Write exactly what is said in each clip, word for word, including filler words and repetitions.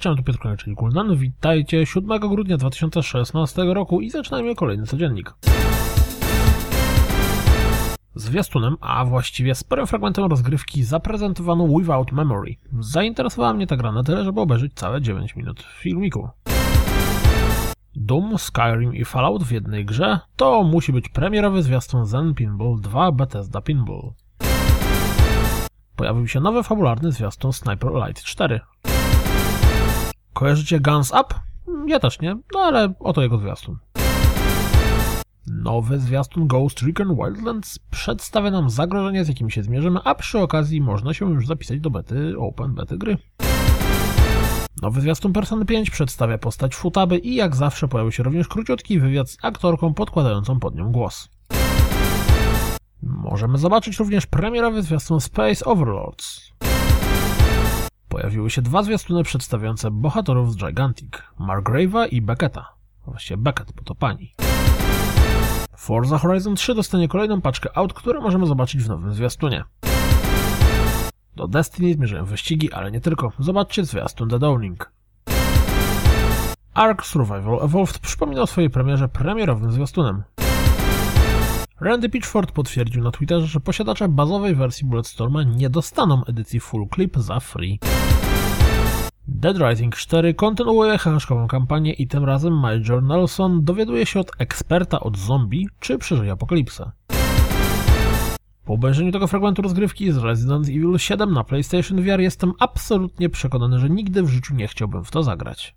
Cześć, ja tu Piotr Konia, czyli Kuldan. Witajcie siódmego grudnia dwa tysiące szesnastego roku i zaczynajmy kolejny codziennik. Zwiastunem, a właściwie sporym fragmentem rozgrywki zaprezentowano Without Memory. Zainteresowała mnie ta gra na tyle, żeby obejrzeć całe dziewięć minut filmiku. Doom, Skyrim i Fallout w jednej grze to musi być premierowy zwiastun Zen Pinball dwa Bethesda Pinball. Pojawił się nowy fabularny zwiastun Sniper Elite cztery. Kojarzycie Guns Up? Ja też nie, no ale oto jego zwiastun. Nowy zwiastun Ghost Recon Wildlands przedstawia nam zagrożenie, z jakim się zmierzymy, a przy okazji można się już zapisać do bety, open bety gry. Nowy zwiastun Persony pięć przedstawia postać Futaby i jak zawsze pojawił się również króciutki wywiad z aktorką podkładającą pod nią głos. Możemy zobaczyć również premierowy zwiastun Space Overlords. Pojawiły się dwa zwiastuny przedstawiające bohaterów z Gigantic, Margrave'a i Becketa. Właściwie Beckett, bo to pani. Forza Horizon trzy dostanie kolejną paczkę aut, które możemy zobaczyć w nowym zwiastunie. Do Destiny zmierzają wyścigi, ale nie tylko. Zobaczcie zwiastun The Dawning. Ark Survival Evolved przypominał o swojej premierze premierowym zwiastunem. Randy Pitchford potwierdził na Twitterze, że posiadacze bazowej wersji Bulletstorma nie dostaną edycji Full Clip za free. Dead Rising cztery kontynuuje heheszkową kampanię i tym razem Major Nelson dowiaduje się od eksperta od zombie, czy przeżyje apokalipsę. Po obejrzeniu tego fragmentu rozgrywki z Resident Evil siedem na PlayStation V R jestem absolutnie przekonany, że nigdy w życiu nie chciałbym w to zagrać.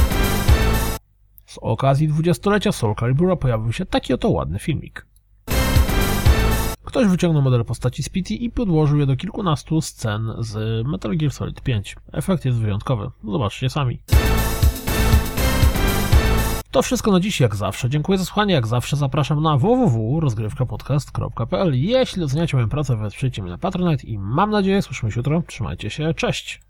Z okazji dwudziestolecia Soul Calibura pojawił się taki oto ładny filmik. Ktoś wyciągnął model postaci z P T i podłożył je do kilkunastu scen z Metal Gear Solid pięć. Efekt jest wyjątkowy. Zobaczcie sami. To wszystko na dziś jak zawsze. Dziękuję za słuchanie. Jak zawsze zapraszam na w w w kropka rozgrywka podcast kropka p l. Jeśli doceniacie moją pracę, wesprzyjcie mnie na Patronite i mam nadzieję słyszymy się jutro. Trzymajcie się. Cześć!